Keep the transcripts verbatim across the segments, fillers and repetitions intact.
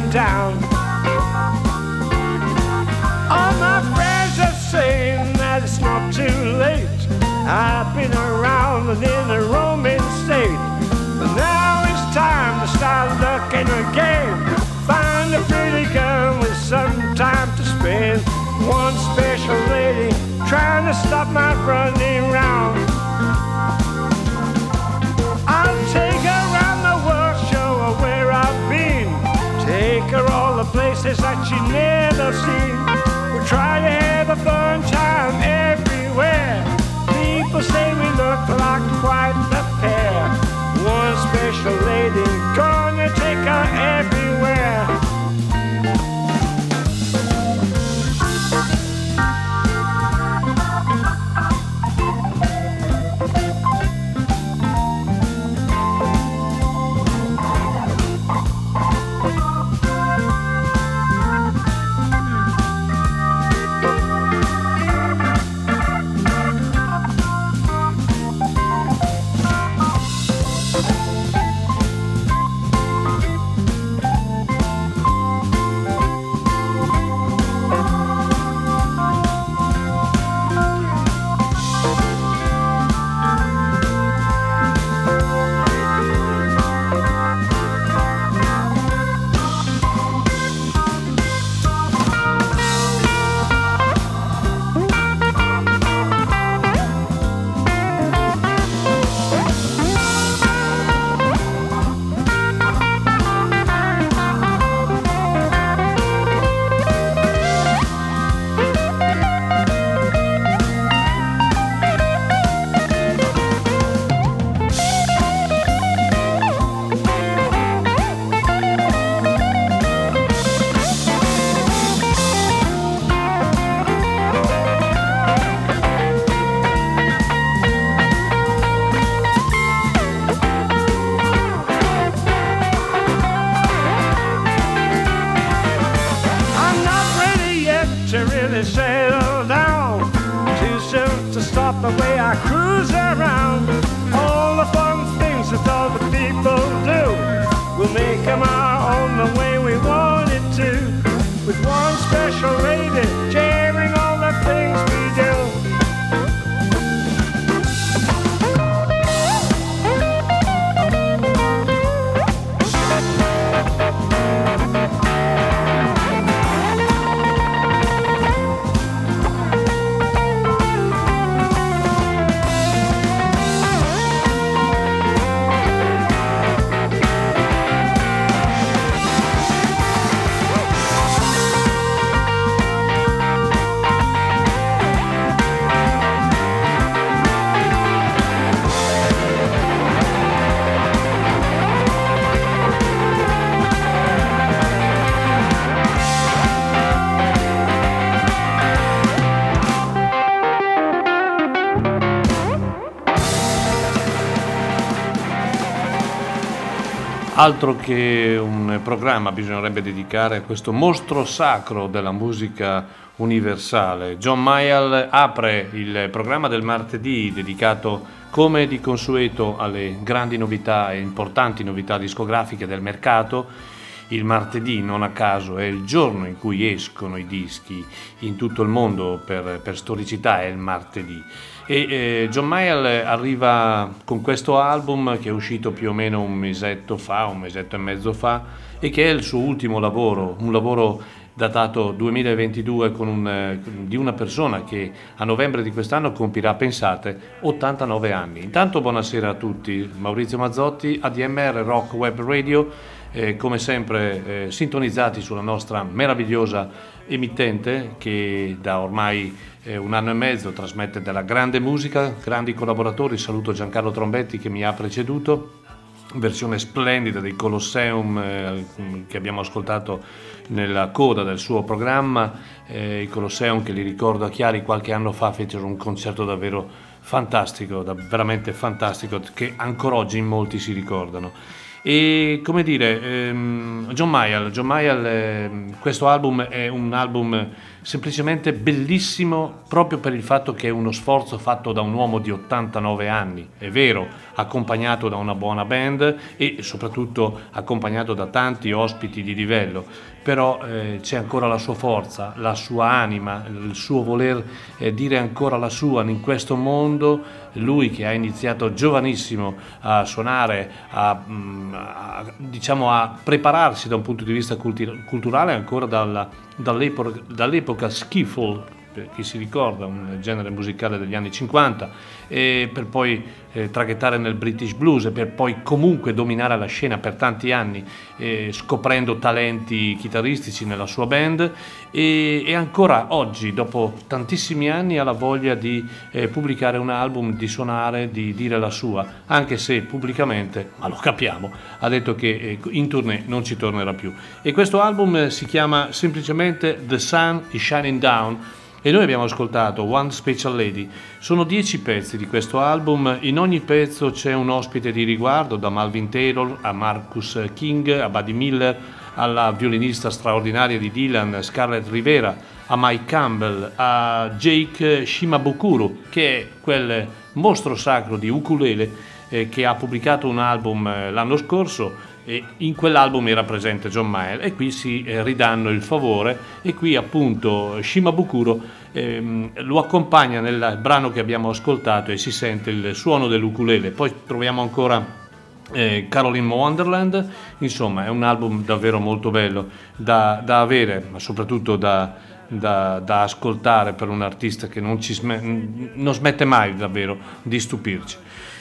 down. All my friends are saying that it's not too late. I've been around and in a roaming state, but now it's time to start looking again. Find a pretty girl with some time to spend. One special lady trying to stop my running round. I'll take her around the world, show her where I've been, take her all the places that she never seen. We'll try to have a fun time everywhere. People say we look like quite the pair. One special lady gonna take her everywhere. The way I cruise around, all the fun things that all the people do, we'll make them our own the way we want it to, with one special lady sharing all the things we do. Altro che un programma bisognerebbe dedicare a questo mostro sacro della musica universale. John Mayall apre il programma del martedì dedicato, come di consueto, alle grandi novità e importanti novità discografiche del mercato. Il martedì, non a caso, è il giorno in cui escono i dischi in tutto il mondo, per, per storicità è il martedì. E eh, John Mayall arriva con questo album che è uscito più o meno un mesetto fa, un mesetto e mezzo fa, e che è il suo ultimo lavoro, un lavoro datato duemilaventidue con un, di una persona che a novembre di quest'anno compirà, pensate, ottantanove anni. Intanto buonasera a tutti, Maurizio Mazzotti, A D M R Rock Web Radio, eh, come sempre eh, sintonizzati sulla nostra meravigliosa emittente che da ormai eh, un anno e mezzo trasmette della grande musica, grandi collaboratori. Saluto Giancarlo Trombetti che mi ha preceduto, versione splendida dei Colosseum eh, che abbiamo ascoltato nella coda del suo programma. eh, i Colosseum, che li ricordo a chiari, qualche anno fa fecero un concerto davvero fantastico, da, veramente fantastico, che ancora oggi in molti si ricordano. E come dire, ehm, John Mayall, John Mayall eh, questo album è un album semplicemente bellissimo proprio per il fatto che è uno sforzo fatto da un uomo di ottantanove anni, è vero, accompagnato da una buona band e soprattutto accompagnato da tanti ospiti di livello, però eh, c'è ancora la sua forza, la sua anima, il suo voler eh, dire ancora la sua in questo mondo. Lui che ha iniziato giovanissimo a suonare, a, a, diciamo a prepararsi da un punto di vista culti- culturale ancora dalla, dall'epoca, dall'epoca skiffle, per chi si ricorda, un genere musicale degli anni cinquanta, e per poi eh, traghettare nel British blues e per poi comunque dominare la scena per tanti anni, eh, scoprendo talenti chitarristici nella sua band, e, e ancora oggi, dopo tantissimi anni, ha la voglia di eh, pubblicare un album, di suonare, di dire la sua, anche se pubblicamente, ma lo capiamo, ha detto che eh, in tournée non ci tornerà più. E questo album eh, si chiama semplicemente The Sun is Shining Down, e noi abbiamo ascoltato One Special Lady. Sono dieci pezzi di questo album, in ogni pezzo c'è un ospite di riguardo, da Malvin Taylor a Marcus King, a Buddy Miller, alla violinista straordinaria di Dylan Scarlett Rivera, a Mike Campbell, a Jake Shimabukuro, che è quel mostro sacro di ukulele eh, che ha pubblicato un album eh, l'anno scorso, e in quell'album era presente John Mayall, e qui si eh, ridanno il favore, e qui appunto Shimabukuro ehm, lo accompagna nel brano che abbiamo ascoltato e si sente il suono dell'ukulele. Poi troviamo ancora eh, Caroline Wonderland. Insomma, è un album davvero molto bello da, da avere, ma soprattutto da, da, da ascoltare per un artista che non, ci sm- non smette mai davvero di stupirci.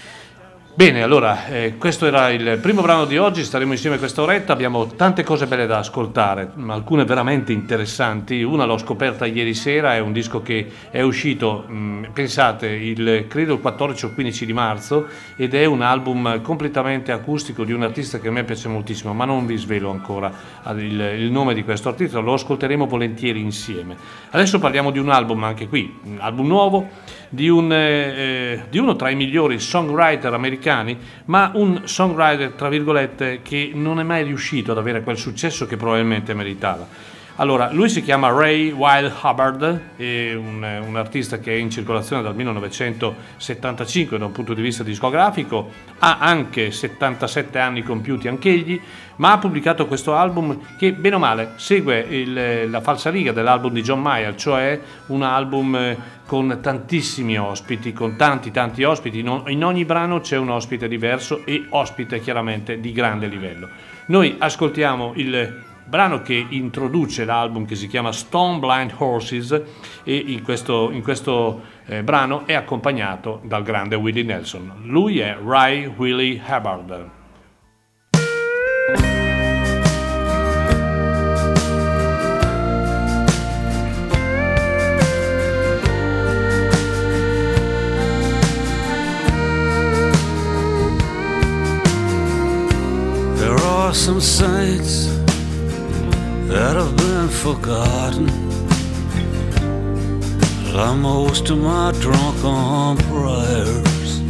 Bene, allora, eh, questo era il primo brano di oggi, staremo insieme questa oretta, abbiamo tante cose belle da ascoltare, alcune veramente interessanti. Una l'ho scoperta ieri sera, è un disco che è uscito, mh, pensate, il, credo il quattordici o quindici di marzo, ed è un album completamente acustico di un artista che a me piace moltissimo, ma non vi svelo ancora il, il nome di questo artista, lo ascolteremo volentieri insieme. Adesso parliamo di un album, anche qui, un album nuovo, di, un, eh, di uno tra i migliori songwriter americani, ma un songwriter tra virgolette che non è mai riuscito ad avere quel successo che probabilmente meritava. Allora, lui si chiama Ray Wild Hubbard, è un, un artista che è in circolazione dal millenovecentosettantacinque da un punto di vista discografico, ha anche settantasette anni compiuti anch'egli, ma ha pubblicato questo album che bene o male segue il, la falsariga dell'album di John Mayall, cioè un album con tantissimi ospiti, con tanti tanti ospiti, in ogni brano c'è un ospite diverso e ospite chiaramente di grande livello. Noi ascoltiamo il brano che introduce l'album, che si chiama Stone Blind Horses, e in questo, in questo eh, brano è accompagnato dal grande Willie Nelson. Lui è Ray Willie Hubbard. There are some saints that have been forgotten, like most of my drunken prayers.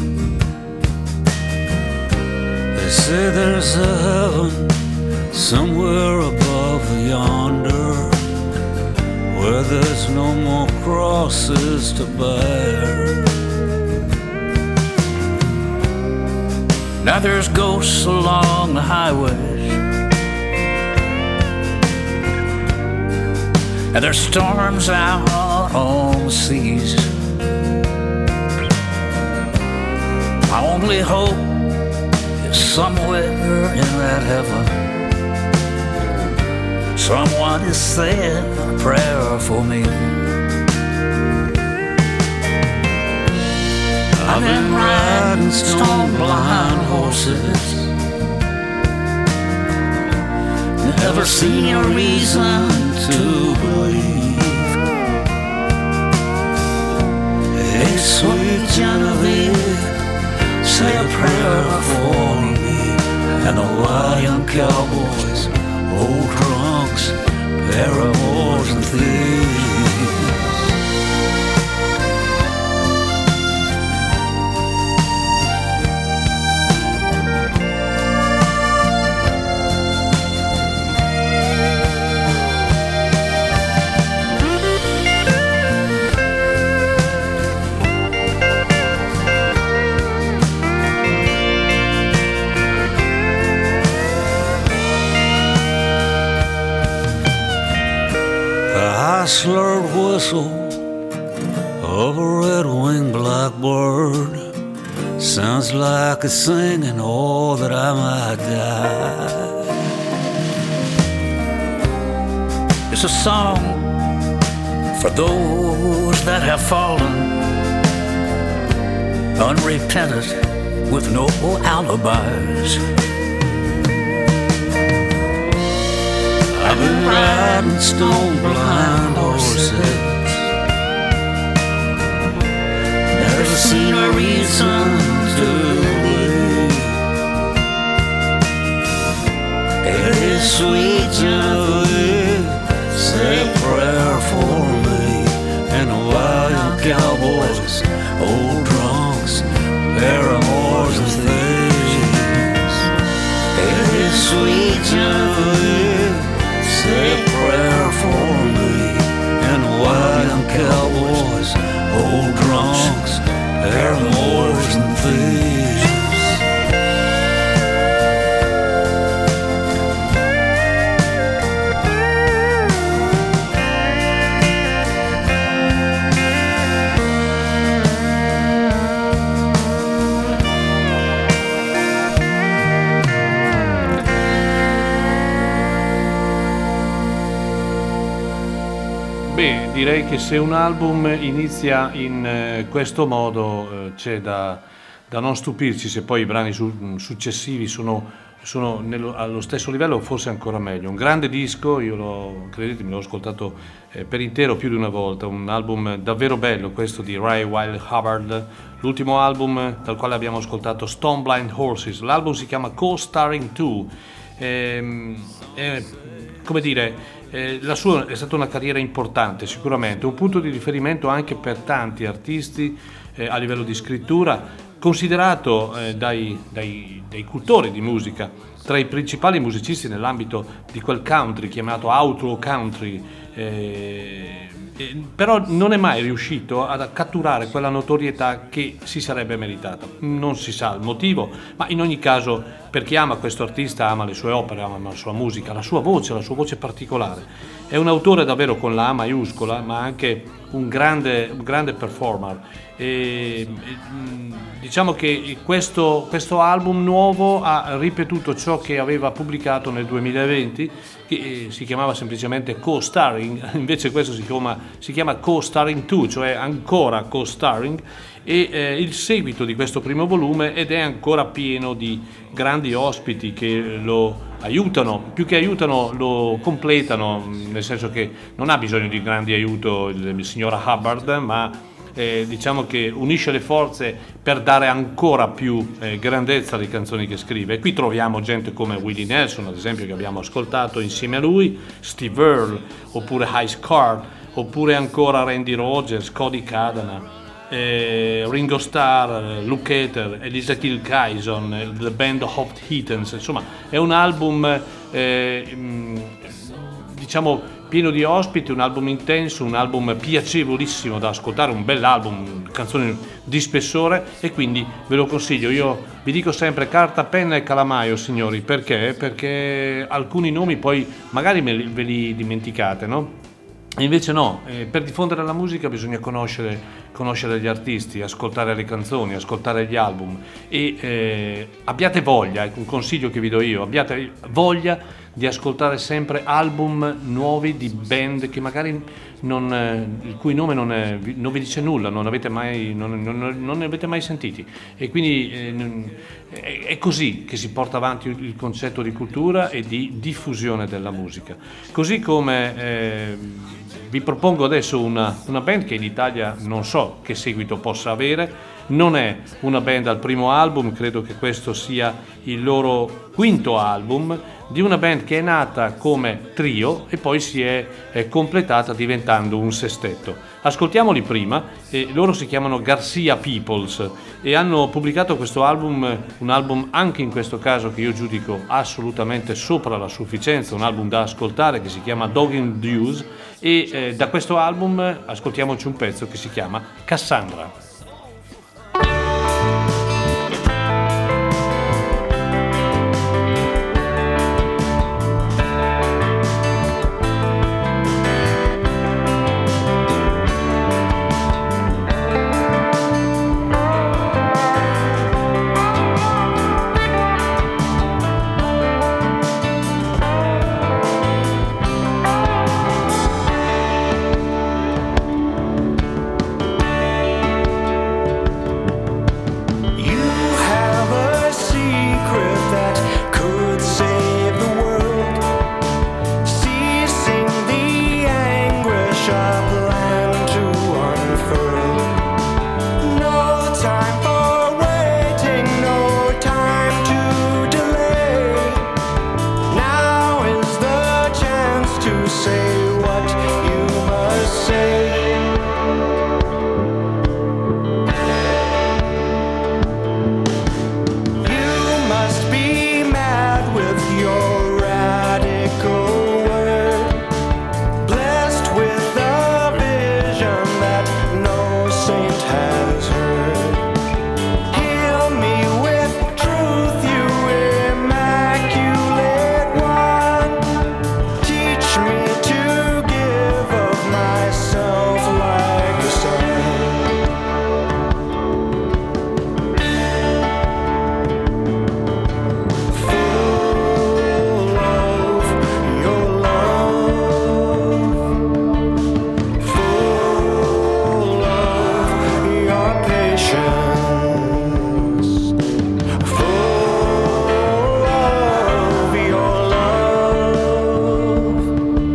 They say there's a heaven somewhere above yonder, where there's no more crosses to bear. Now there's ghosts along the highways, and there's storms out on the seas. My only hope is somewhere in that heaven someone is saying a prayer for me. I've been riding stone-blind horses, never seen a reason to believe. Hey, sweet Genevieve, say a prayer for me and the wild young cowboys, old drunks, paramours and thieves. whistle of a red-winged blackbird sounds like it's singing, oh, that I might die. It's a song for those that have fallen unrepentant with no alibis. I've been riding stone-blind horses, never seen a reason to leave. It is sweet Genevieve, say a prayer for me, and while young cowboys, old drunks, paramours and thieves. It is sweet Genevieve, say a prayer for me, and while young cowboys, old drunks, paramours and thieves. Beh, direi che se un album inizia in eh, questo modo eh, c'è da, da non stupirci se poi i brani su, successivi sono, sono nello, allo stesso livello o forse ancora meglio. Un grande disco, io l'ho, credetemi, l'ho ascoltato eh, per intero più di una volta, un album davvero bello questo di Ray Wylie Hubbard, l'ultimo album dal quale abbiamo ascoltato Stone Blind Horses. L'album si chiama Co-Starring due, ehm, eh, come dire... Eh, la sua è stata una carriera importante, sicuramente, un punto di riferimento anche per tanti artisti eh, a livello di scrittura, considerato eh, dai, dai, dai cultori di musica tra i principali musicisti nell'ambito di quel country chiamato outlaw country, eh, eh, però non è mai riuscito a catturare quella notorietà che si sarebbe meritata. Non si sa il motivo, ma in ogni caso per chi ama questo artista ama le sue opere, ama la sua musica, la sua voce, la sua voce particolare. È un autore davvero con la A maiuscola, ma anche un grande, un grande performer. E, e, diciamo che questo, questo album nuovo ha ripetuto ciò che aveva pubblicato nel duemilaventi, che si chiamava semplicemente Co-Starring, invece questo si chiama, si chiama Co-Starring due, cioè ancora Co-Starring, e eh, il seguito di questo primo volume, ed è ancora pieno di grandi ospiti che lo aiutano, più che aiutano lo completano, nel senso che non ha bisogno di grandi aiuto il, il signor Hubbard, ma eh, diciamo che unisce le forze per dare ancora più eh, grandezza alle canzoni che scrive. E qui troviamo gente come Willie Nelson, ad esempio, che abbiamo ascoltato insieme a lui, Steve Earle, oppure High Card, oppure ancora Randy Rogers, Cody Cadana, Eh, Ringo Starr, Luke Hater, Elisa Kilkyson, eh, The Band of Heathens. Insomma, è un album eh, diciamo pieno di ospiti, un album intenso, un album piacevolissimo da ascoltare, un bell'album, canzoni di spessore, e quindi ve lo consiglio. Io vi dico sempre carta, penna e calamaio, signori. Perché? Perché alcuni nomi poi magari me li, ve li dimenticate, no? E invece no, eh, per diffondere la musica bisogna conoscere, conoscere gli artisti, ascoltare le canzoni, ascoltare gli album, e eh, abbiate voglia, è un consiglio che vi do io, abbiate voglia di ascoltare sempre album nuovi di band che magari non, eh, il cui nome non, è, non vi dice nulla, non, avete mai, non, non, non ne avete mai sentiti, e quindi eh, è, è così che si porta avanti il concetto di cultura e di diffusione della musica. Così come eh, vi propongo adesso una, una band che in Italia non so che seguito possa avere, non è una band al primo album, credo che questo sia il loro quinto album, di una band che è nata come trio e poi si è, è completata diventando un sestetto. Ascoltiamoli prima, e loro si chiamano Garcia Peoples e hanno pubblicato questo album, un album anche in questo caso che io giudico assolutamente sopra la sufficienza, un album da ascoltare che si chiama Dogging Dues, e eh, da questo album ascoltiamoci un pezzo che si chiama Cassandra. saint has heard. Heal me with truth, you immaculate one. Teach me to give of myself like a son. Full of your love, full of your patience, full of your love,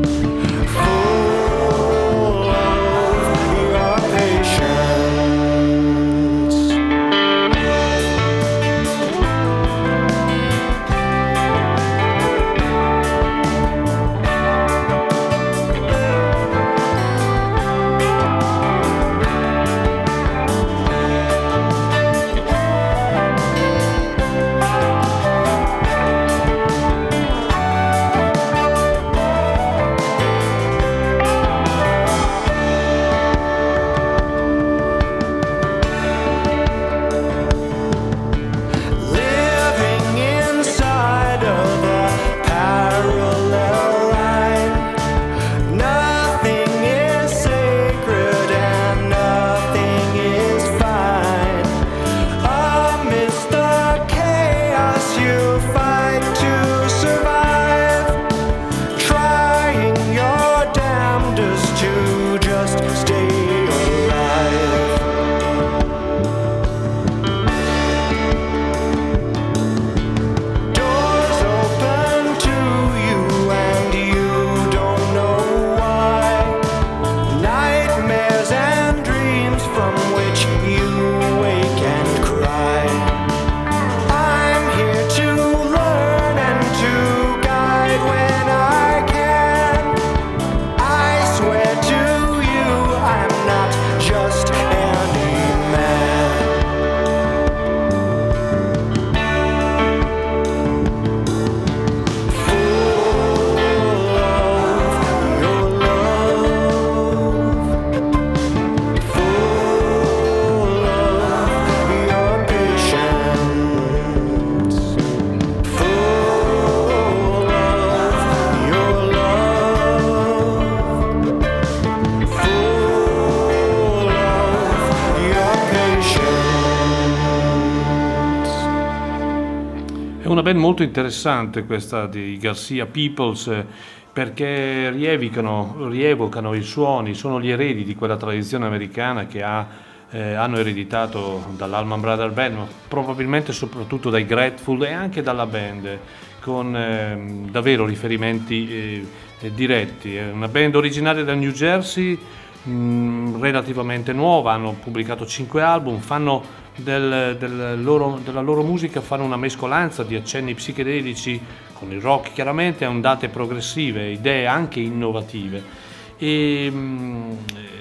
full of your patience. Living inside of a parallel line. Nothing is sacred and nothing is fine. Amidst the chaos you fight to survive, trying your damnedest to just stay alive. Doors open to you and you don't know why. Nightmares and dreams from which you wake and cry. I'm here to learn and to guide when I can. I swear to you I'm not just any man. Full of your love, full of your patience, full of your love, full of your patience. È una band molto interessante questa di Garcia Peoples, eh, perché rievocano, rievocano i suoni, sono gli eredi di quella tradizione americana che ha, eh, hanno ereditato dall'Allman Brothers Band, ma probabilmente soprattutto dai Grateful e anche dalla band, con ehm, davvero riferimenti eh, eh, diretti. È una band originaria da New Jersey, mh, relativamente nuova, hanno pubblicato cinque album, fanno del, del loro, della loro musica fanno una mescolanza di accenni psichedelici con il rock, chiaramente, a ondate progressive, idee anche innovative. E mh,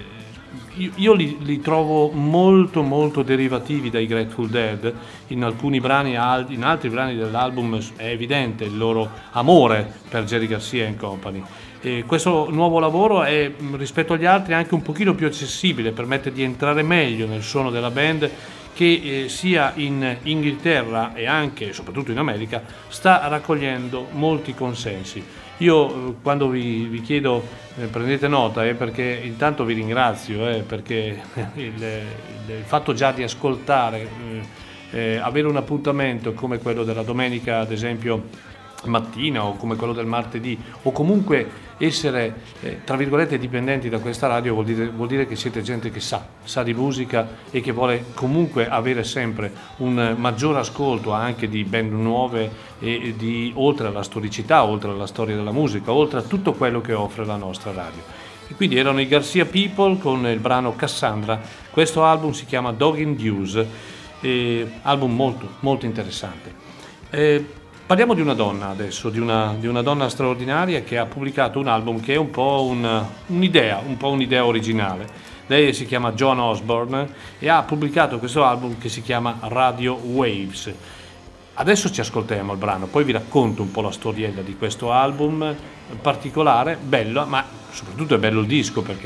io, io li, li trovo molto molto derivativi dai Grateful Dead. In alcuni brani, al- in altri brani dell'album è evidente il loro amore per Jerry Garcia and Company. E questo nuovo lavoro è, mh, rispetto agli altri, anche un pochino più accessibile, permette di entrare meglio nel suono della band, che eh, sia in Inghilterra e anche e soprattutto in America sta raccogliendo molti consensi. Io eh, quando vi, vi chiedo, eh, prendete nota, eh, perché intanto vi ringrazio, eh, perché il, il, il fatto già di ascoltare, eh, eh, avere un appuntamento come quello della domenica, ad esempio mattina, o come quello del martedì, o comunque essere eh, tra virgolette dipendenti da questa radio, vuol dire, vuol dire che siete gente che sa, sa di musica e che vuole comunque avere sempre un maggior ascolto anche di band nuove e di, oltre alla storicità, oltre alla storia della musica, oltre a tutto quello che offre la nostra radio. E quindi erano i Garcia People con il brano Cassandra. Questo album si chiama Dog Induce, eh, album molto molto interessante. Eh, Parliamo di una donna adesso, di una, di una donna straordinaria che ha pubblicato un album che è un po' un, un'idea, un po' un'idea originale. Lei si chiama Joan Osborne e ha pubblicato questo album che si chiama Radio Waves. Adesso ci ascoltiamo il brano, poi vi racconto un po' la storiella di questo album particolare, bello, ma soprattutto è bello il disco perché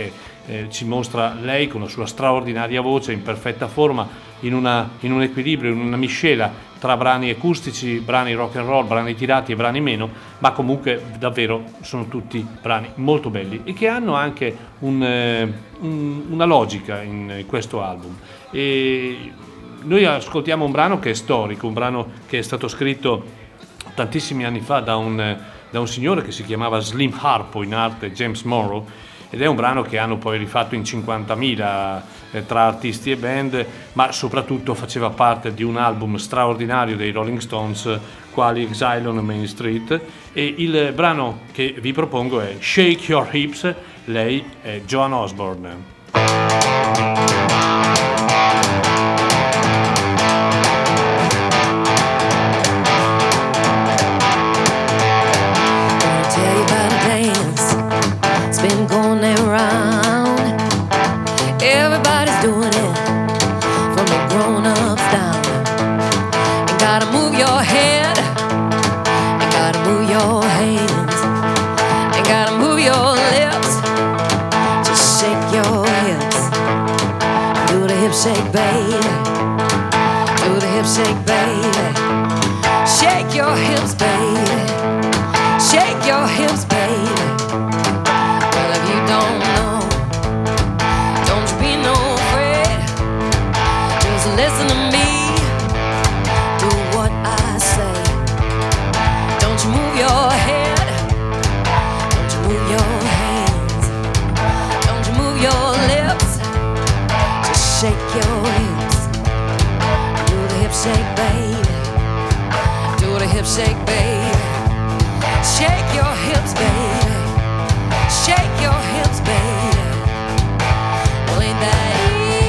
eh, ci mostra lei con la sua straordinaria voce in perfetta forma, in, una, in un equilibrio, in una miscela tra brani acustici, brani rock and roll, brani tirati e brani meno, ma comunque davvero sono tutti brani molto belli e che hanno anche un, eh, un, una logica in questo album. E noi ascoltiamo un brano che è storico, un brano che è stato scritto tantissimi anni fa da un, da un signore che si chiamava Slim Harpo, in arte James Monroe, ed è un brano che hanno poi rifatto in cinquantamila eh, tra artisti e band, ma soprattutto faceva parte di un album straordinario dei Rolling Stones, quali Exile on Main Street, e il brano che vi propongo è Shake Your Hips. Lei è Joan Osborne. Shake, baby, do the hip shake, baby. Shake your hips, baby. Shake your hips, baby. Well, if you don't know, don't you be no afraid. Just listen to me, do what I say. Don't you move your head, don't you move your hands, don't you move your lips. Shake your hips, do the hip shake, baby. Do the hip shake, baby. Shake your hips, baby. Shake your hips, baby. Well, ain't that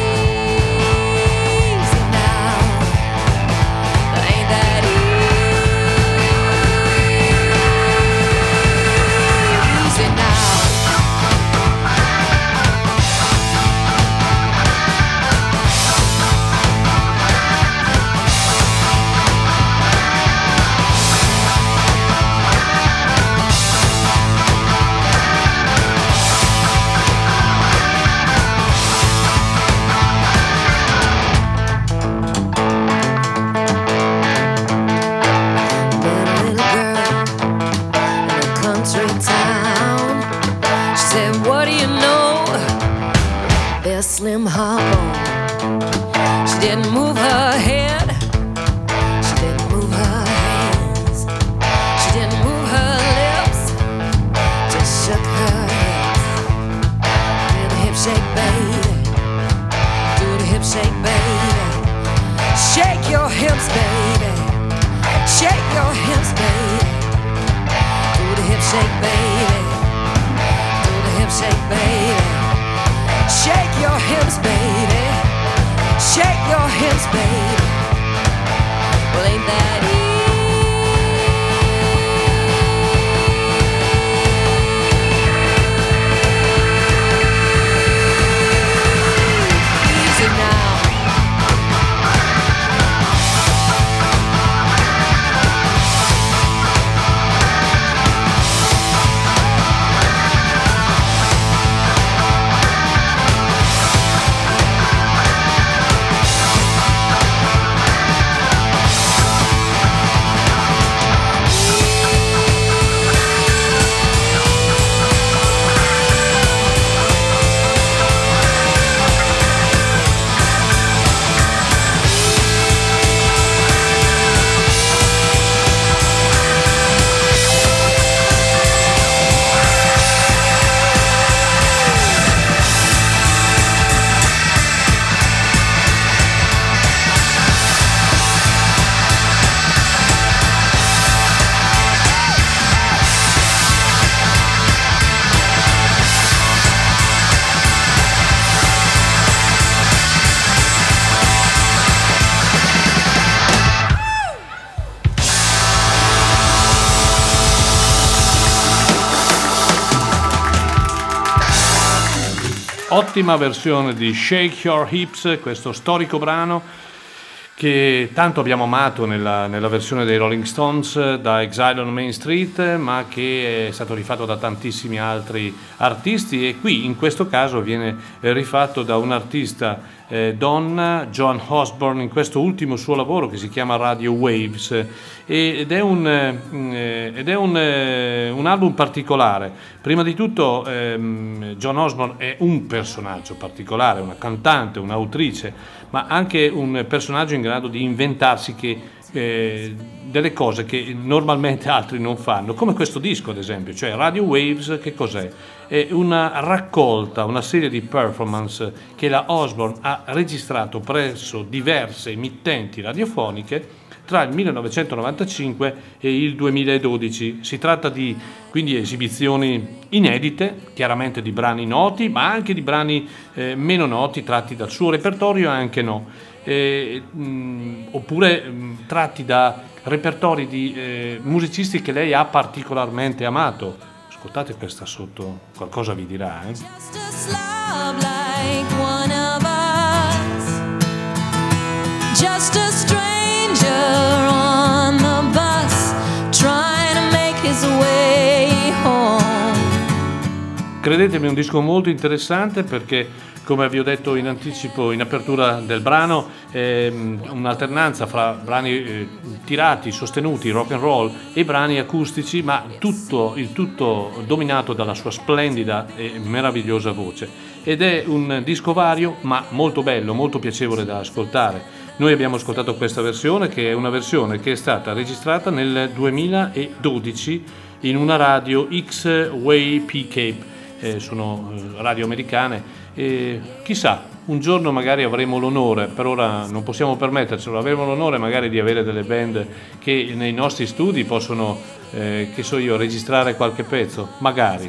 easy now? Ain't that easy now? Slim Harpo. She didn't move her head, she didn't move her hands, she didn't move her lips, just shook her hips. Do the hip shake, baby. Do the hip shake, baby. Shake your hips, baby. Shake your hips, baby. Do the hip shake, baby. Do the hip shake, baby. Shake your hips, baby. Shake your hips, baby. Well, ain't that easy? Easy now. Ottima versione di Shake Your Hips, questo storico brano che tanto abbiamo amato nella, nella versione dei Rolling Stones da Exile on Main Street, ma che è stato rifatto da tantissimi altri artisti, e qui in questo caso viene rifatto da un artista eh, donna, Joan Osborne, in questo ultimo suo lavoro che si chiama Radio Waves, ed è un, eh, ed è un, eh, un album particolare. Prima di tutto ehm, Joan Osborne è un personaggio particolare, una cantante, un'autrice, ma anche un personaggio in grado di inventarsi che, eh, delle cose che normalmente altri non fanno, come questo disco ad esempio. Cioè Radio Waves che cos'è? È una raccolta, una serie di performance che la Osborne ha registrato presso diverse emittenti radiofoniche tra il millenovecentonovantacinque e il duemiladodici. Si tratta di quindi esibizioni inedite, chiaramente di brani noti, ma anche di brani eh, meno noti, tratti dal suo repertorio e anche no, eh, mh, oppure mh, tratti da repertori di eh, musicisti che lei ha particolarmente amato. Ascoltate questa sotto, qualcosa vi dirà. Eh? Just a slob like one of us, just a stranger on the bus, trying to make his way home. Credetemi, è un disco molto interessante perché, come vi ho detto in anticipo, in apertura del brano, è un'alternanza fra brani eh, tirati, sostenuti, rock and roll, e brani acustici, ma tutto, il tutto dominato dalla sua splendida e meravigliosa voce. Ed è un disco vario, ma molto bello, molto piacevole da ascoltare. Noi abbiamo ascoltato questa versione, che è una versione che è stata registrata nel duemiladodici in una radio X-Way P Cape, eh, sono radio americane. E chissà, un giorno magari avremo l'onore, per ora non possiamo permettercelo, avremo l'onore magari di avere delle band che nei nostri studi possono, eh, che so io, registrare qualche pezzo, magari.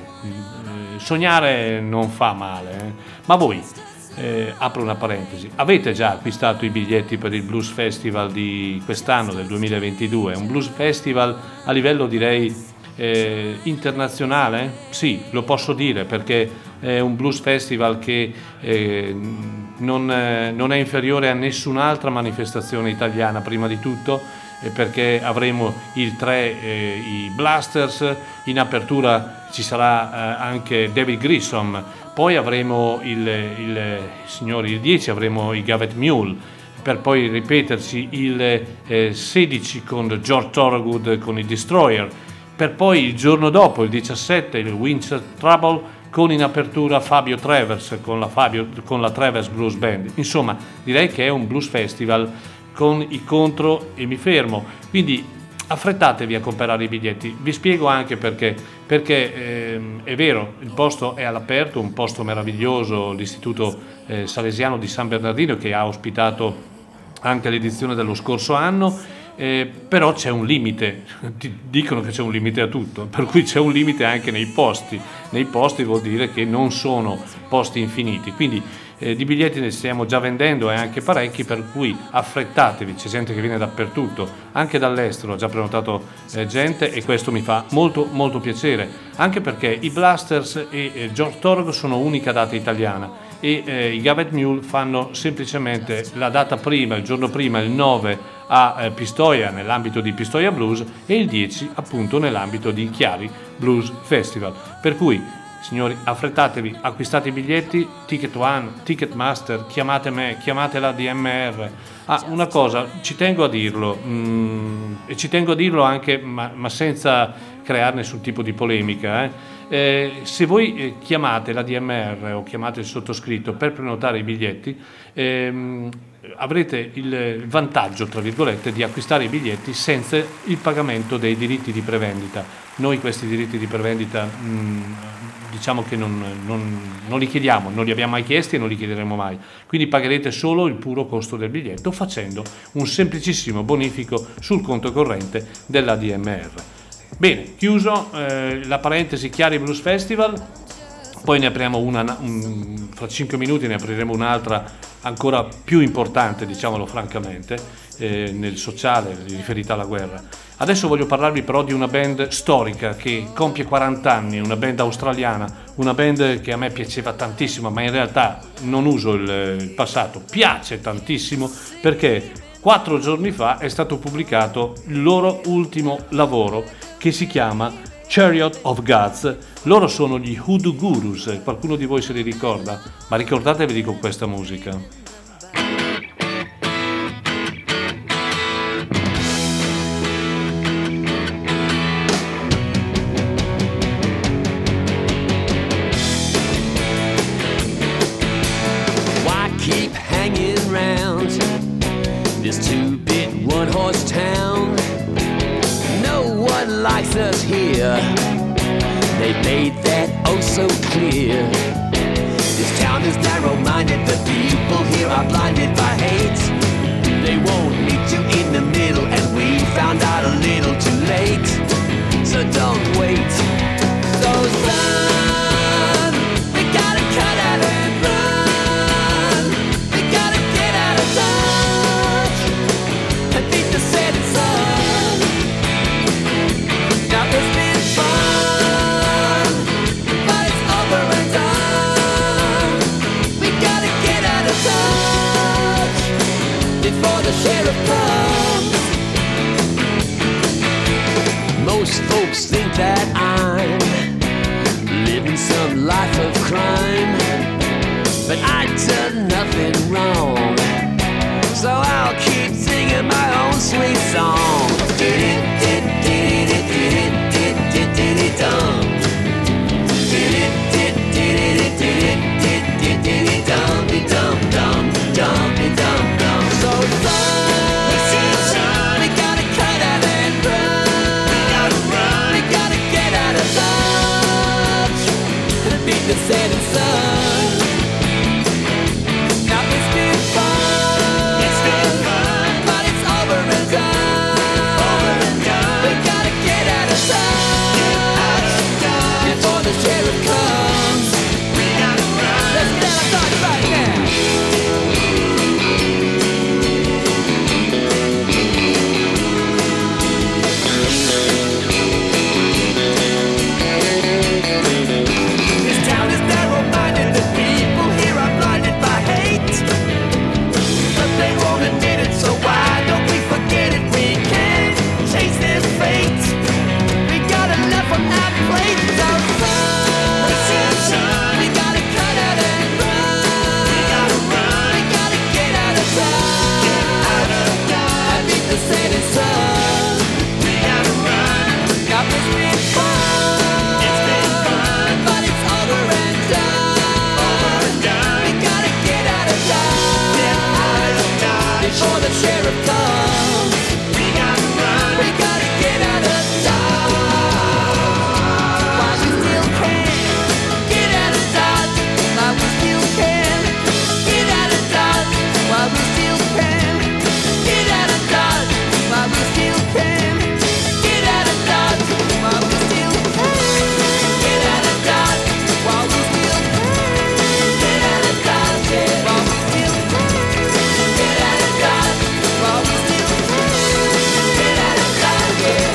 Eh, sognare non fa male, eh. Ma voi, eh, apro una parentesi, avete già acquistato i biglietti per il Blues Festival di quest'anno, del duemilaventidue? Un Blues Festival a livello, direi, eh, internazionale? Sì, lo posso dire, perché è un blues festival che eh, non, eh, non è inferiore a nessun'altra manifestazione italiana, prima di tutto eh, perché avremo il tre, eh, i Blasters, in apertura ci sarà eh, anche David Grissom, poi avremo il, il signori il dieci, avremo i Gavet Mule, per poi ripeterci il eh, sedici con George Thorogood con i Destroyer, per poi il giorno dopo, il diciassette, il Winter Trouble, con in apertura Fabio Travers con la, Fabio, con la Travers Blues Band. Insomma, direi che è un blues festival con i contro e mi fermo, quindi affrettatevi a comprare i biglietti. Vi spiego anche perché, perché ehm, è vero, il posto è all'aperto, un posto meraviglioso, l'istituto eh, salesiano di San Bernardino, che ha ospitato anche l'edizione dello scorso anno. Eh, però c'è un limite, dicono che c'è un limite a tutto, per cui c'è un limite anche nei posti. Nei posti vuol dire che non sono posti infiniti, quindi eh, di biglietti ne stiamo già vendendo e anche parecchi, per cui affrettatevi, c'è gente che viene dappertutto, anche dall'estero, ho già prenotato eh, gente, e questo mi fa molto molto piacere, anche perché i Blasters e eh, George Thorogood sono unica data italiana, e eh, i Gavet Mule fanno semplicemente la data prima, il giorno prima, il nove a eh, Pistoia, nell'ambito di Pistoia Blues, e il dieci appunto nell'ambito di Chiari Blues Festival. Per cui, signori, affrettatevi, acquistate i biglietti, Ticket One, Ticketmaster, chiamate me, chiamate la D M R. Ah, una cosa, ci tengo a dirlo, mm, e ci tengo a dirlo anche, ma, ma senza creare nessun tipo di polemica, eh. Eh, se voi eh, chiamate la D M R o chiamate il sottoscritto per prenotare i biglietti, ehm, avrete il, il vantaggio, tra virgolette, di acquistare i biglietti senza il pagamento dei diritti di prevendita. Noi questi diritti di prevendita mh, diciamo che non, non, non li chiediamo, non li abbiamo mai chiesti e non li chiederemo mai, quindi pagherete solo il puro costo del biglietto facendo un semplicissimo bonifico sul conto corrente della D M R. Bene, chiuso eh, la parentesi Chiari Blues Festival, poi ne apriamo una, un, fra cinque minuti ne apriremo un'altra ancora più importante, diciamolo francamente, eh, nel sociale, riferita alla guerra. Adesso voglio parlarvi però di una band storica che compie quaranta anni, una band australiana, una band che a me piaceva tantissimo, ma in realtà non uso il, il passato, piace tantissimo perché quattro giorni fa è stato pubblicato il loro ultimo lavoro, che si chiama Chariot of Gods. Loro sono gli Hoodoo Gurus, qualcuno di voi se li ricorda? Ma ricordatevi con questa musica. This two-bit, one-horse town. No one likes us here. They made that oh so clear. This town is narrow-minded. The people here are blinded by hate. They won't meet you in the middle, and we found out a little too late. So don't wait. So son, we gotta cut out and run. We gotta get out of touch and beat the setting sun. Now it's been fun, but it's over and done. We gotta get out of touch before the sheriff comes. Most folks think that I'm living some life of crime, but I've done nothing wrong, so I'll keep singing my own sweet song. Dum. Dum dum dum dum dum. So son, we gotta cut out and run. We gotta run. We gotta get out of touch and beat the setting sun. Now it's been fun. It's been fun, but it's over and done. Over and done. We gotta get out of touch. Get out of touch before the sheriff comes. We gotta run. Let's get out of touch right now. This town is narrow-minded. The people here are blinded by hate, but they won't admit it. So why don't we forget it? We can't chase their fate. We got enough from our plate. So son, we gotta cut out and run. We gotta run. We gotta get out of touch. Get out of touch. And beat the setting sun. We gotta run. Now it's been fun. It's been fun, but it's over and done. Over and done. We gotta get out of touch. Get out of touch before the sheriff comes. We gotta run. We gotta get out of touch while we still can. Get out of touch while we still can. Get out of touch while we still can. Get out of touch while we still can. Get out of touch while we still can. Get out of touch while we still can. Get out of touch while we still can. Get out of touch while we still can. Get out of touch, yeah.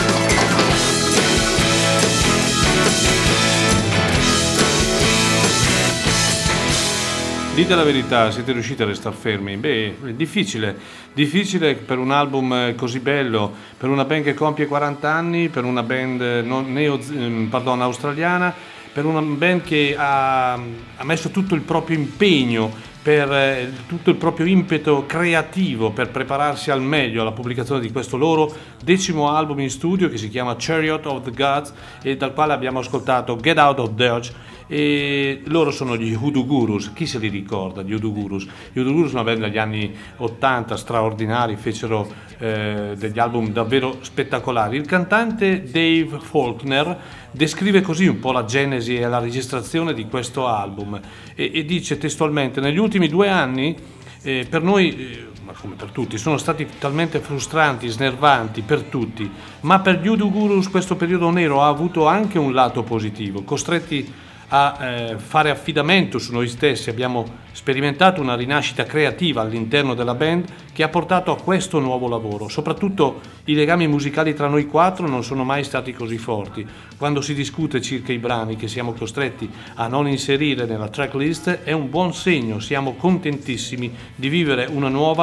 Dite la verità, siete riusciti a restare fermi? Beh, è difficile, difficile per un album così bello, per una band che compie quaranta anni, per una band non, neo, pardon, australiana, per una band che ha, ha messo tutto il proprio impegno, per eh, tutto il proprio impeto creativo per prepararsi al meglio alla pubblicazione di questo loro decimo album in studio che si chiama Chariot of the Gods, e dal quale abbiamo ascoltato Get Out of Dodge. E loro sono gli Hoodoo Gurus. Chi se li ricorda gli Hoodoo Gurus? Gli Hoodoo Gurus, una band degli anni ottanta straordinari, fecero eh, degli album davvero spettacolari. Il cantante Dave Faulkner descrive così un po' la genesi e la registrazione di questo album e, e dice testualmente: negli ultimi due anni eh, per noi eh, ma come per tutti, sono stati talmente frustranti, snervanti per tutti, ma per gli Hoodoo Gurus questo periodo nero ha avuto anche un lato positivo. Costretti a eh, fare affidamento su noi stessi, abbiamo sperimentato una rinascita creativa all'interno della band che ha portato a questo nuovo lavoro. Soprattutto i legami musicali tra noi quattro non sono mai stati così forti. Quando si discute circa i brani che siamo costretti a non inserire nella tracklist è un buon segno, siamo contentissimi di vivere una nuova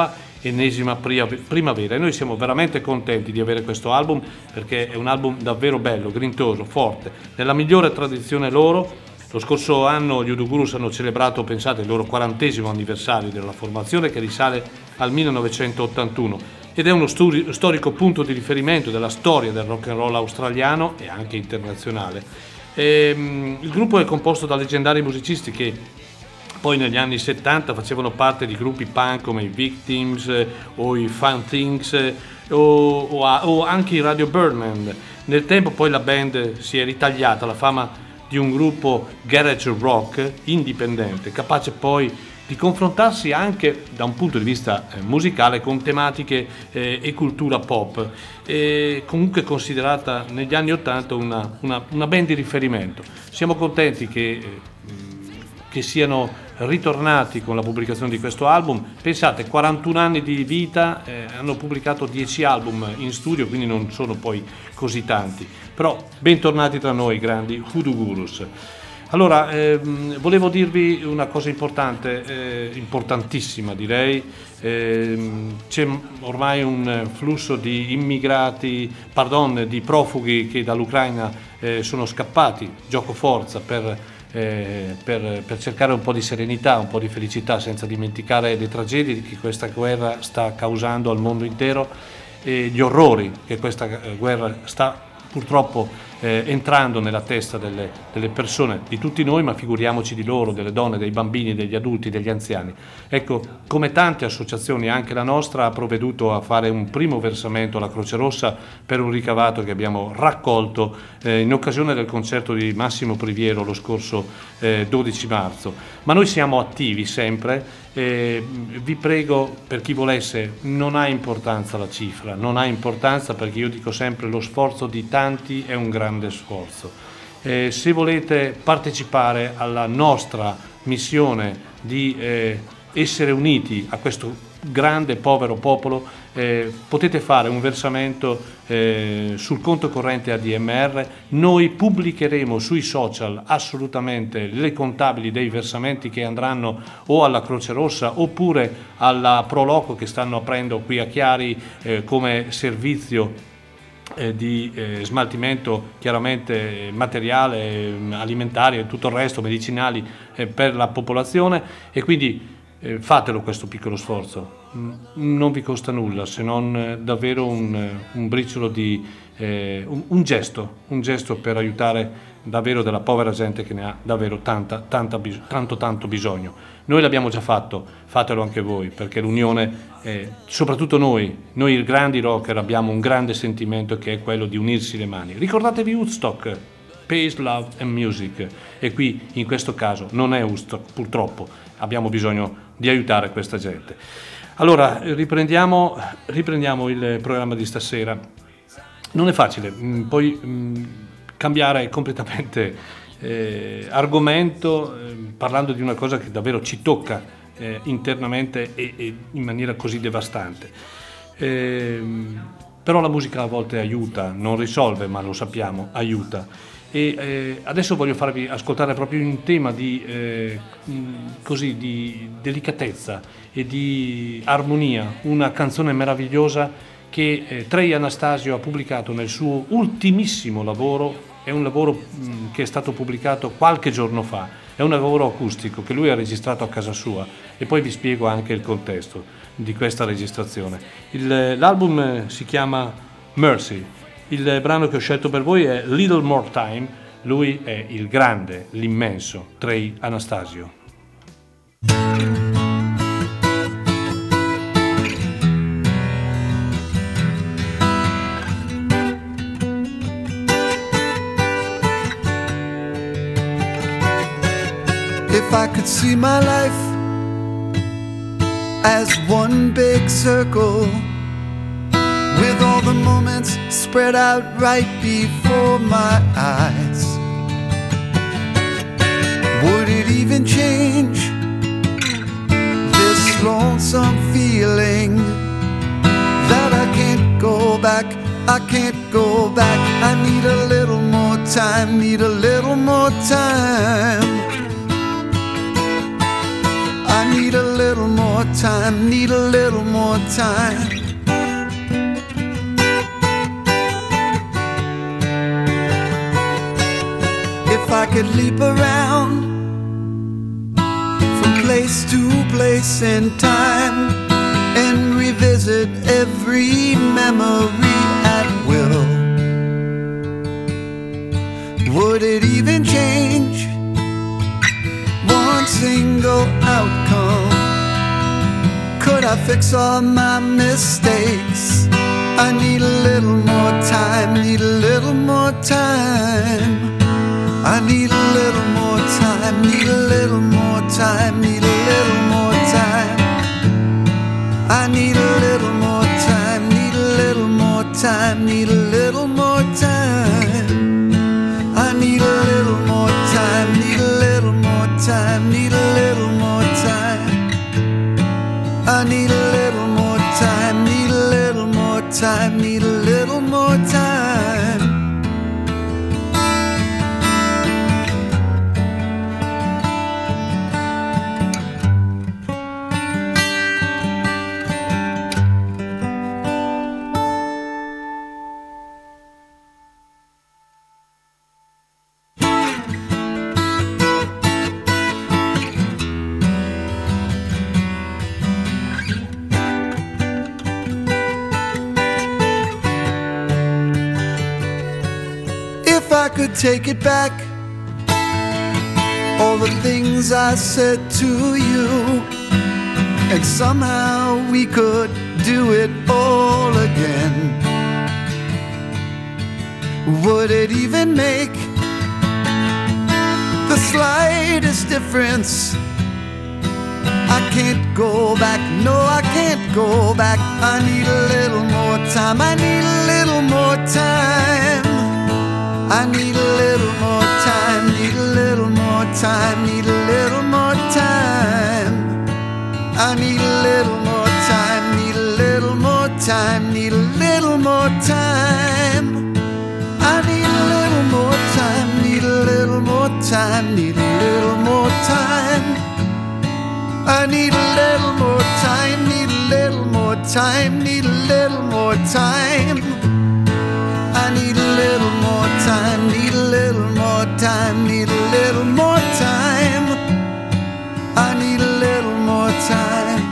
ennesima primavera, e noi siamo veramente contenti di avere questo album, perché è un album davvero bello, grintoso, forte, nella migliore tradizione loro. Lo scorso anno gli Udugurus hanno celebrato, pensate, il loro quarantesimo anniversario della formazione, che risale al millenovecentottantuno, ed è uno sturi- storico punto di riferimento della storia del rock and roll australiano e anche internazionale. E, um, il gruppo è composto da leggendari musicisti che poi negli anni settanta facevano parte di gruppi punk come i Victims eh, o i Fun Things eh, o, o, o anche i Radio Birdman. Nel tempo poi la band si è ritagliata la fama di un gruppo garage rock indipendente, capace poi di confrontarsi anche da un punto di vista eh, musicale con tematiche eh, e cultura pop, e comunque considerata negli anni ottanta una, una, una band di riferimento. Siamo contenti che, eh, che siano ritornati con la pubblicazione di questo album. Pensate, quarantuno anni di vita, eh, hanno pubblicato dieci album in studio, quindi non sono poi così tanti, però bentornati tra noi, grandi Udugurus. Allora, ehm, volevo dirvi una cosa importante, eh, importantissima direi. Ehm, c'è ormai un flusso di immigrati, pardon, di profughi che dall'Ucraina eh, sono scappati, gioco forza, per Eh, per, per cercare un po' di serenità, un po' di felicità, senza dimenticare le tragedie che questa guerra sta causando al mondo intero e gli orrori che questa guerra sta purtroppo eh, entrando nella testa delle, delle persone, di tutti noi, ma figuriamoci di loro, delle donne, dei bambini, degli adulti, degli anziani. Ecco, come tante associazioni, anche la nostra ha provveduto a fare un primo versamento alla Croce Rossa per un ricavato che abbiamo raccolto eh, in occasione del concerto di Massimo Priviero lo scorso eh, dodici marzo. Ma noi siamo attivi sempre. Eh, vi prego, per chi volesse, non ha importanza la cifra, non ha importanza, perché io dico sempre lo sforzo di tanti è un grande sforzo. Eh, se volete partecipare alla nostra missione di eh, essere uniti a questo grande povero popolo, eh, potete fare un versamento eh, sul conto corrente A D M R. Noi pubblicheremo sui social assolutamente le contabili dei versamenti che andranno o alla Croce Rossa oppure alla Pro Loco, che stanno aprendo qui a Chiari eh, come servizio eh, di eh, smaltimento, chiaramente materiale, eh, alimentare e tutto il resto, medicinali eh, per la popolazione, e quindi Eh, fatelo questo piccolo sforzo, non vi costa nulla, se non eh, davvero un, un briciolo di eh, un, un gesto, un gesto per aiutare davvero della povera gente che ne ha davvero tanta, tanta, tanto tanto bisogno. Noi l'abbiamo già fatto, fatelo anche voi, perché l'unione, eh, soprattutto noi, noi i grandi rocker abbiamo un grande sentimento, che è quello di unirsi le mani. Ricordatevi Woodstock, Peace, Love and Music, e qui in questo caso non è Woodstock, purtroppo abbiamo bisogno di aiutare questa gente. Allora riprendiamo, riprendiamo il programma di stasera. Non è facile mh, poi mh, cambiare completamente eh, argomento eh, parlando di una cosa che davvero ci tocca eh, internamente e, e in maniera così devastante. Eh, però la musica a volte aiuta, non risolve, ma lo sappiamo, aiuta. E eh, adesso voglio farvi ascoltare proprio un tema di, eh, così, di delicatezza e di armonia, una canzone meravigliosa che eh, Trey Anastasio ha pubblicato nel suo ultimissimo lavoro. È un lavoro mh, che è stato pubblicato qualche giorno fa, è un lavoro acustico che lui ha registrato a casa sua, e poi vi spiego anche il contesto di questa registrazione. Il, l'album si chiama Mercy. Il brano che ho scelto per voi è Little More Time. Lui è il grande, l'immenso Trey Anastasio. If I could see my life as one big circle, with all the moments spread out right before my eyes, would it even change this lonesome feeling that I can't go back, I can't go back? I need a little more time, need a little more time. I need a little more time, need a little more time. If I could leap around from place to place in time and revisit every memory at will, would it even change one single outcome? Could I fix all my mistakes? I need a little more time, need a little more time. I need a little more time, need a little more time, need a little more time. I need a little more time, need a little more time, need a little more time. I need a little more time, need a little more time, need a little more time. I need a little more time, need a little more time, need a little more time. I could take it back, all the things I said to you, and somehow we could do it all again. Would it even make the slightest difference? I can't go back, no I can't go back. I need a little more time, I need a little more time. I need a little more time, need a little more time, need a little more time. I need a little more time, need a little more time, need a little more time. I need a little more time, need a little more time, need a little more time. I need a little more time, need a little more time, need a little more time. I need a little more time, need a little more time, need a little more time. I need a little more time.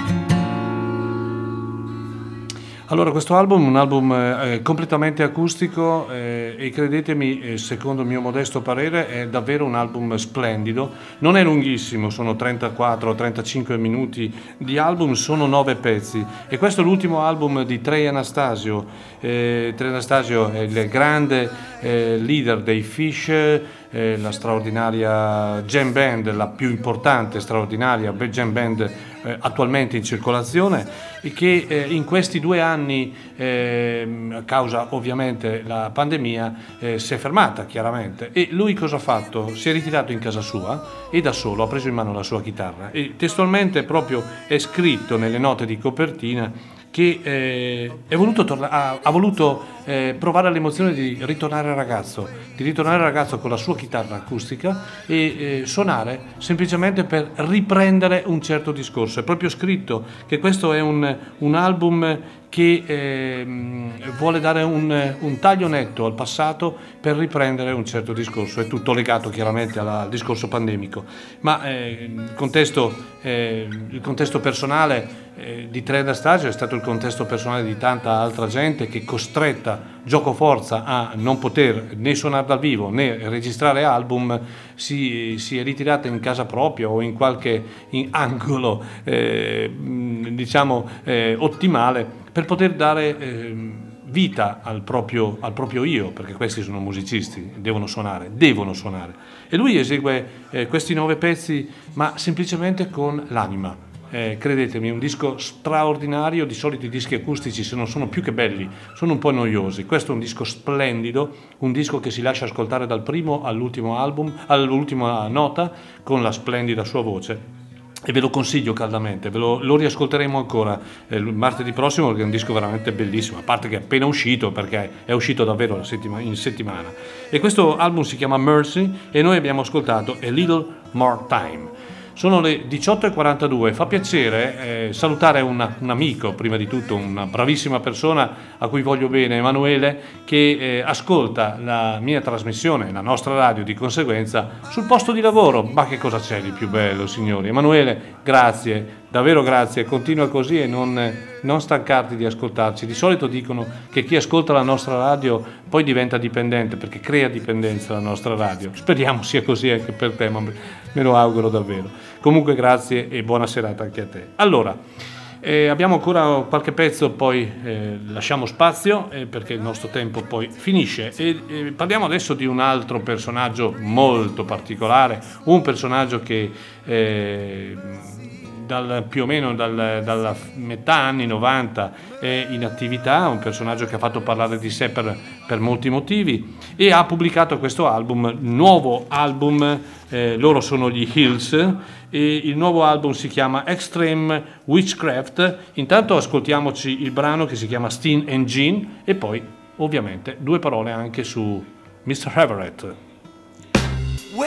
Allora, questo album è un album eh, completamente acustico eh, e credetemi, eh, secondo il mio modesto parere, è davvero un album splendido. Non è lunghissimo, sono trentaquattro trentacinque minuti di album, sono nove pezzi. E questo è l'ultimo album di Trey Anastasio. Eh, Trey Anastasio è il grande eh, leader dei Fish, eh, la straordinaria jam band, la più importante, straordinaria jam band eh, attualmente in circolazione, e che eh, in questi due anni, eh, a causa ovviamente la pandemia, eh, si è fermata chiaramente. E lui cosa ha fatto? Si è ritirato in casa sua e da solo ha preso in mano la sua chitarra, e testualmente proprio è scritto nelle note di copertina che eh, è voluto torna- ha, ha voluto eh, provare l'emozione di ritornare ragazzo, di ritornare ragazzo con la sua chitarra acustica e eh, suonare semplicemente per riprendere un certo discorso. È proprio scritto che questo è un, un album che eh, vuole dare un, un taglio netto al passato per riprendere un certo discorso. È tutto legato chiaramente alla, al discorso pandemico, ma eh, il, contesto, eh, il contesto personale eh, di Trey Anastasio è stato il contesto personale di tanta altra gente che, costretta gioco forza a non poter né suonare dal vivo né registrare album, si, si è ritirata in casa propria o in qualche in angolo eh, diciamo eh, ottimale, per poter dare eh, vita al proprio, al proprio io, perché questi sono musicisti, devono suonare, devono suonare. E lui esegue eh, questi nove pezzi, ma semplicemente con l'anima. Eh, credetemi, è un disco straordinario. Di solito i dischi acustici, se non sono più che belli, sono un po' noiosi. Questo è un disco splendido, un disco che si lascia ascoltare dal primo all'ultimo album, all'ultima nota, con la splendida sua voce. E ve lo consiglio caldamente, ve lo, lo riascolteremo ancora eh, martedì prossimo, perché è un disco veramente bellissimo, a parte che è appena uscito, perché è uscito davvero la settima, in settimana. E questo album si chiama Mercy e noi abbiamo ascoltato A Little More Time. Sono le diciotto e quarantadue. Fa piacere eh, salutare una, un amico, prima di tutto una bravissima persona a cui voglio bene, Emanuele, che eh, ascolta la mia trasmissione, la nostra radio di conseguenza, sul posto di lavoro. Ma che cosa c'è di più bello, signori? Emanuele, grazie, davvero grazie, continua così e non, non stancarti di ascoltarci. Di solito dicono che chi ascolta la nostra radio poi diventa dipendente, perché crea dipendenza la nostra radio. Speriamo sia così anche per te, ma me lo auguro davvero. Comunque grazie e buona serata anche a te. Allora, eh, abbiamo ancora qualche pezzo, poi eh, lasciamo spazio eh, perché il nostro tempo poi finisce e eh, parliamo adesso di un altro personaggio molto particolare, un personaggio che eh, dal, più o meno dal, dalla metà anni novanta è in attività, un personaggio che ha fatto parlare di sé per, per molti motivi e ha pubblicato questo album, nuovo album, eh, loro sono gli Hills e il nuovo album si chiama Extreme Witchcraft. Intanto ascoltiamoci il brano che si chiama Steam Engine e poi ovviamente due parole anche su mister Everett. Well,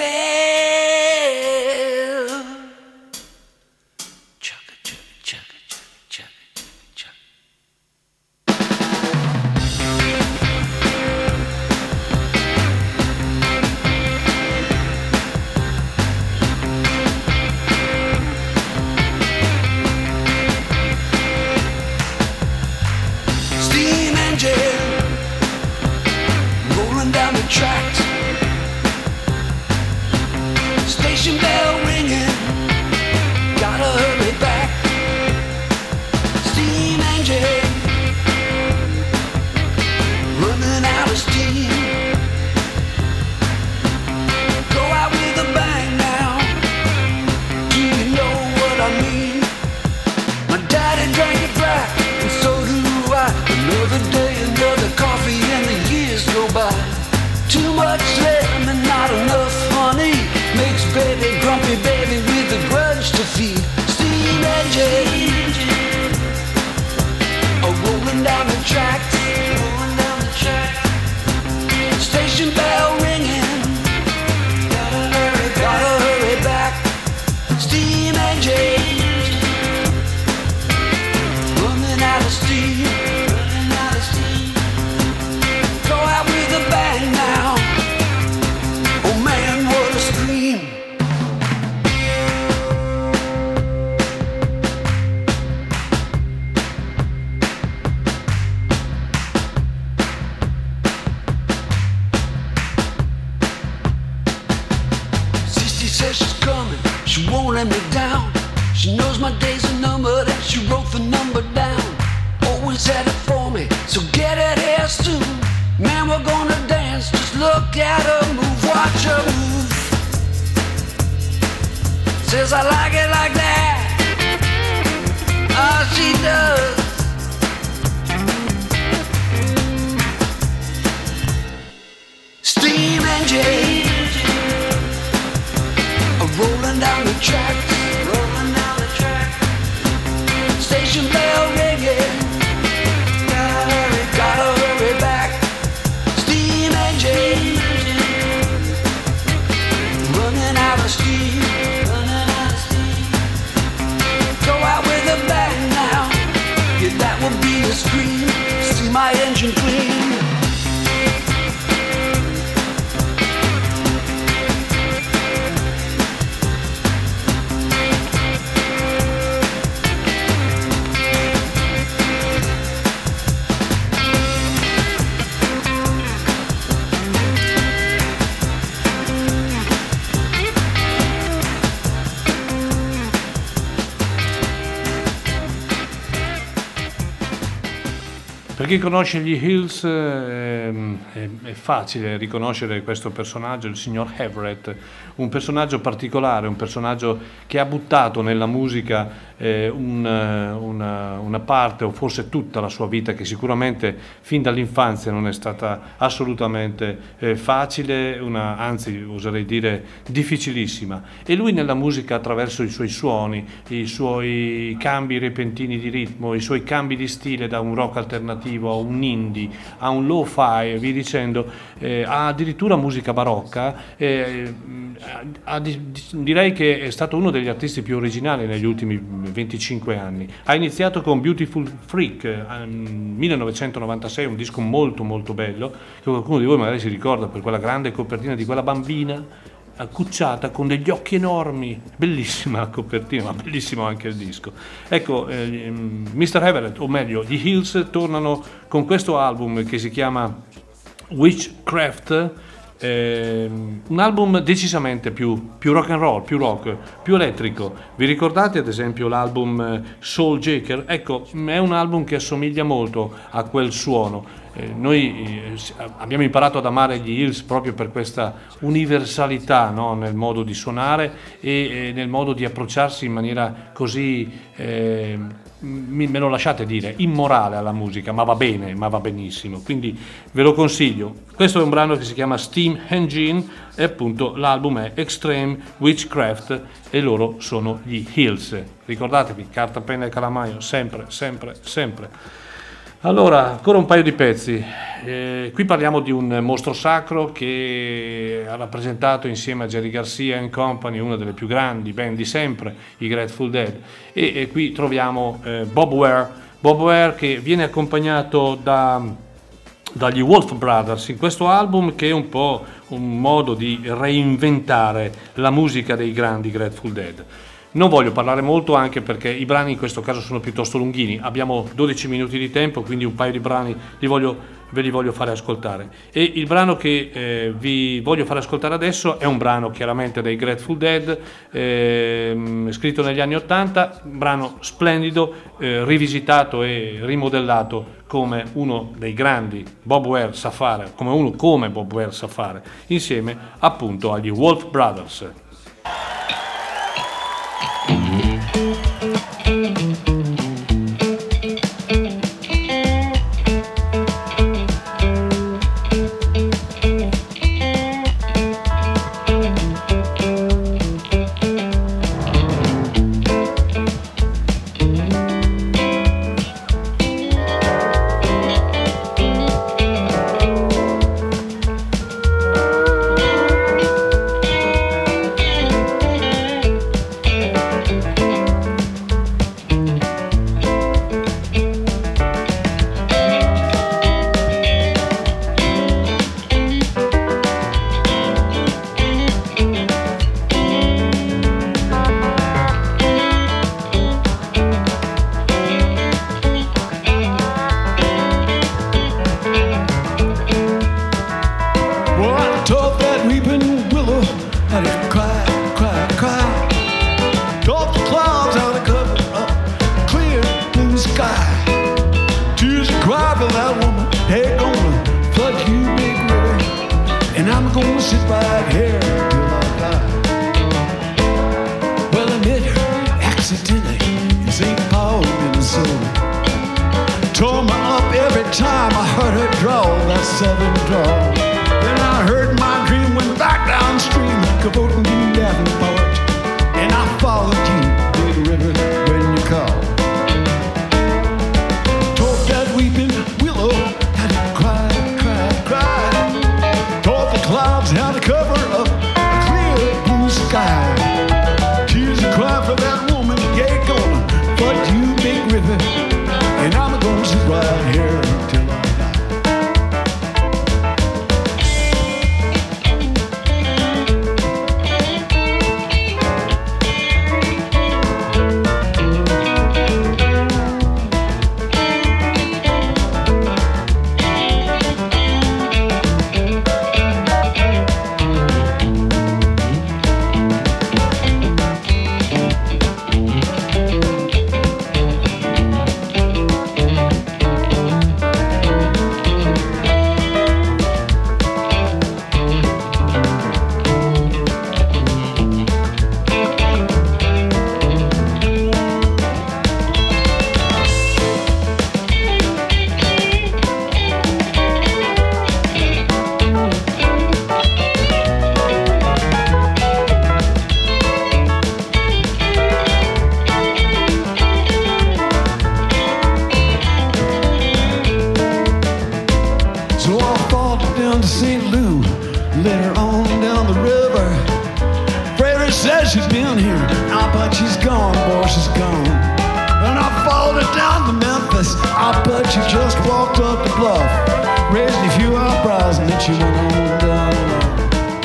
steam engine rolling down the tracks, station bell ringing, gotta hurry back. Steam engine running out of steam, go out with a bang now. Do you know what I mean? My daddy drank it black, and so do I. Another day, another coffee, and the years go by. Too much lemon and not enough honey makes baby grumpy baby with a grudge to feed. Steam engine, a rolling down the tracks, rolling down the track. Station bell ringing, gotta hurry back, gotta hurry back. Steam engine, running out of steam, running out of steam. Go out with a bang now. Oh man, what a scream. Sissy says she's coming, she won't let me down. She knows my days are numbered and she wrote the number down. Always had it for me, so get it here soon. Man, we're gonna dance, just look at her move, watch her move. Says I like it like that, oh she does. Steam engine, a rolling down the tracks, rolling down the track. Station bell ringing, gotta hurry, gotta hurry back. Steam engine, running out of steam, running out of steam. Go out with a bang now, yeah that would be a scream. See my engine clean. Per chi conosce gli Hills ehm, è, è facile riconoscere questo personaggio, il signor Everett, un personaggio particolare, un personaggio che ha buttato nella musica eh, un, una, una parte o forse tutta la sua vita, che sicuramente fin dall'infanzia non è stata assolutamente eh, facile, una, anzi oserei dire difficilissima, e lui nella musica, attraverso i suoi suoni, i suoi cambi repentini di ritmo, i suoi cambi di stile da un rock alternativo a un indie, a un lo-fi e via dicendo, eh, ha addirittura musica barocca, eh, ha, direi che è stato uno degli artisti più originali negli ultimi venticinque anni. Ha iniziato con Beautiful Freak nel millenovecentonovantasei, un disco molto molto bello, che qualcuno di voi magari si ricorda per quella grande copertina di quella bambina accucciata con degli occhi enormi, bellissima la copertina, ma bellissimo anche il disco. Ecco, eh, mister Everett, o meglio gli Hills, tornano con questo album che si chiama Witchcraft, eh, un album decisamente più, più rock and roll, più rock, più elettrico. Vi ricordate ad esempio l'album Soul Jacker? Ecco, è un album che assomiglia molto a quel suono. Eh, noi eh, abbiamo imparato ad amare gli Hills proprio per questa universalità, no? Nel modo di suonare e eh, nel modo di approcciarsi in maniera così, eh, mi, me lo lasciate dire, immorale alla musica, ma va bene, ma va benissimo, quindi ve lo consiglio. Questo è un brano che si chiama Steam Engine e appunto l'album è Extreme Witchcraft e loro sono gli Hills. Ricordatevi, carta, penna e calamaio, sempre, sempre, sempre. Allora, ancora un paio di pezzi. Eh, qui parliamo di un mostro sacro che ha rappresentato insieme a Jerry Garcia and Company una delle più grandi band di sempre, i Grateful Dead. E, e qui troviamo eh, Bob Ware, Bob Ware che viene accompagnato da, dagli Wolf Brothers in questo album, che è un po' un modo di reinventare la musica dei grandi Grateful Dead. Non voglio parlare molto, anche perché i brani in questo caso sono piuttosto lunghini, abbiamo dodici minuti di tempo, quindi un paio di brani li voglio, ve li voglio fare ascoltare. E il brano che eh, vi voglio fare ascoltare adesso è un brano chiaramente dei Grateful Dead, eh, scritto negli anni ottanta, un brano splendido, eh, rivisitato e rimodellato come uno dei grandi Bob Ware sa fare, come uno come Bob Ware sa fare, insieme appunto agli Wolf Brothers. she just walked up the bluff, raised a few eyebrows, and then she went on down the line.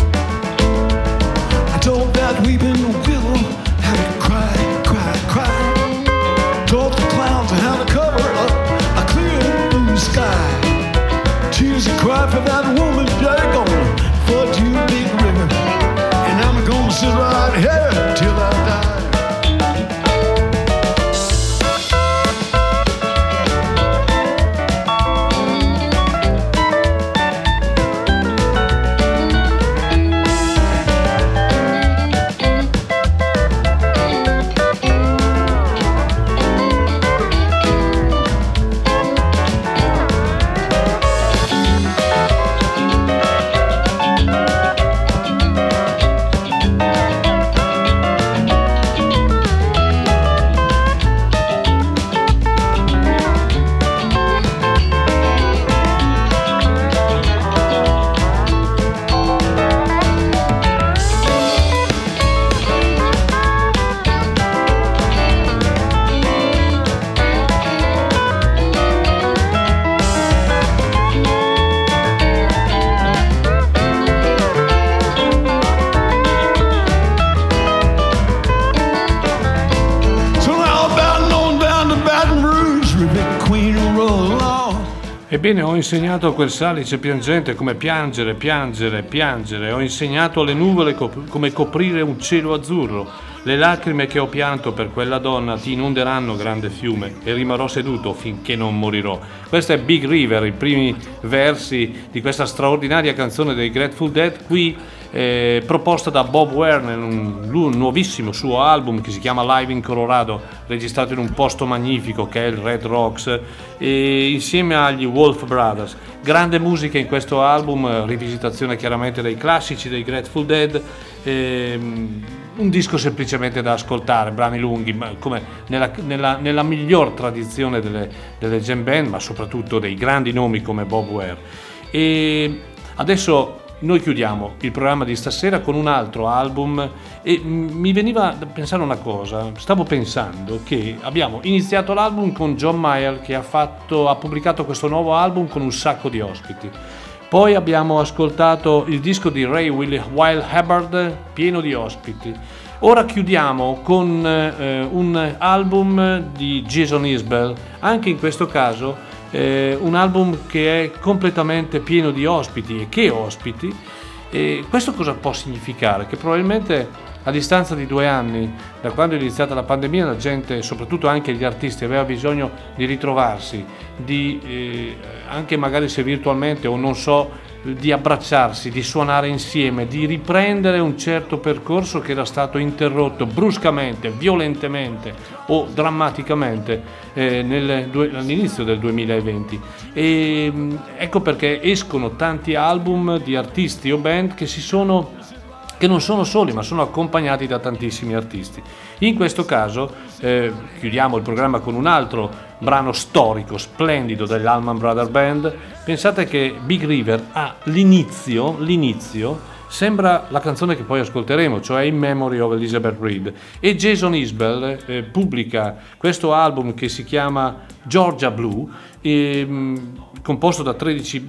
I told that weeping willow how to cry, cry, cry. Told the clouds how to cover up a clear blue sky. Tears and cry for that woman, they're gonna flood you big river, and I'm gonna sit right here till I die. Ebbene, ho insegnato a quel salice piangente come piangere, piangere, piangere. Ho insegnato alle nuvole cop- come coprire un cielo azzurro. Le lacrime che ho pianto per quella donna ti inonderanno, grande fiume, e rimarrò seduto finché non morirò. Questo è Big River, i primi versi di questa straordinaria canzone dei Grateful Dead, qui eh, proposta da Bob Ware in un, un nuovissimo suo album che si chiama Live in Colorado, registrato in un posto magnifico che è il Red Rocks, e insieme agli Wolf Brothers. Grande musica in questo album, rivisitazione chiaramente dei classici dei Grateful Dead, ehm, un disco semplicemente da ascoltare, brani lunghi, ma come nella, nella, nella miglior tradizione delle, delle jam band, ma soprattutto dei grandi nomi come Bob Ware. E adesso noi chiudiamo il programma di stasera con un altro album e mi veniva da pensare una cosa. Stavo pensando che abbiamo iniziato l'album con John Mayall, che ha, fatto, ha pubblicato questo nuovo album con un sacco di ospiti. Poi abbiamo ascoltato il disco di Ray Wild Hubbard, pieno di ospiti. Ora chiudiamo con eh, un album di Jason Isbell, anche in questo caso eh, un album che è completamente pieno di ospiti. E che ospiti? E questo cosa può significare? Che probabilmente a distanza di due anni, da quando è iniziata la pandemia, la gente, soprattutto anche gli artisti, aveva bisogno di ritrovarsi, di eh, anche magari se virtualmente o non so, di abbracciarsi, di suonare insieme, di riprendere un certo percorso che era stato interrotto bruscamente, violentemente o drammaticamente eh, nel, all'inizio del duemilaventi. E ecco perché escono tanti album di artisti o band che si sono che non sono soli, ma sono accompagnati da tantissimi artisti. In questo caso eh, chiudiamo il programma con un altro brano storico, splendido dell'Allman Brothers Band. Pensate che Big River ha l'inizio, l'inizio sembra la canzone che poi ascolteremo, cioè In Memory of Elizabeth Reed, e Jason Isbell eh, pubblica questo album che si chiama Georgia Blue, e, mh, composto da tredici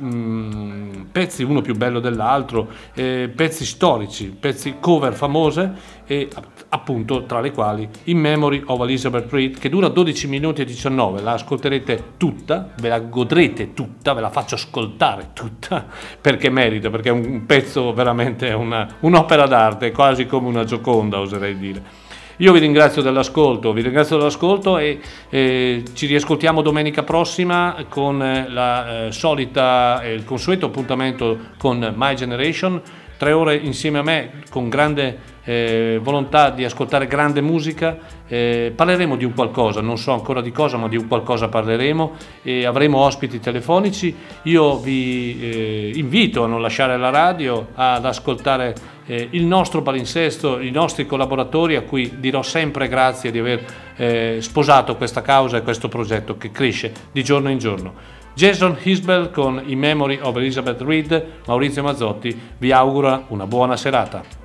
mh, pezzi, uno più bello dell'altro, eh, pezzi storici, pezzi cover famose, e appunto tra le quali In Memory of Elizabeth Reed, che dura dodici minuti e diciannove. La ascolterete tutta, ve la godrete tutta, ve la faccio ascoltare tutta perché merita, perché è un pezzo veramente una, un'opera d'arte, quasi come una Gioconda, oserei dire. Io vi ringrazio dell'ascolto, vi ringrazio dell'ascolto e eh, ci riascoltiamo domenica prossima con la eh, solita, eh, il consueto appuntamento con My Generation, tre ore insieme a me con grande eh, volontà di ascoltare grande musica. Eh, parleremo di un qualcosa, non so ancora di cosa, ma di un qualcosa parleremo e avremo ospiti telefonici. Io vi eh, invito a non lasciare la radio, ad ascoltare eh, il nostro palinsesto, i nostri collaboratori, a cui dirò sempre grazie di aver eh, sposato questa causa e questo progetto che cresce di giorno in giorno. Jason Isbell con In Memory of Elizabeth Reed. Maurizio Mazzotti vi augura una buona serata.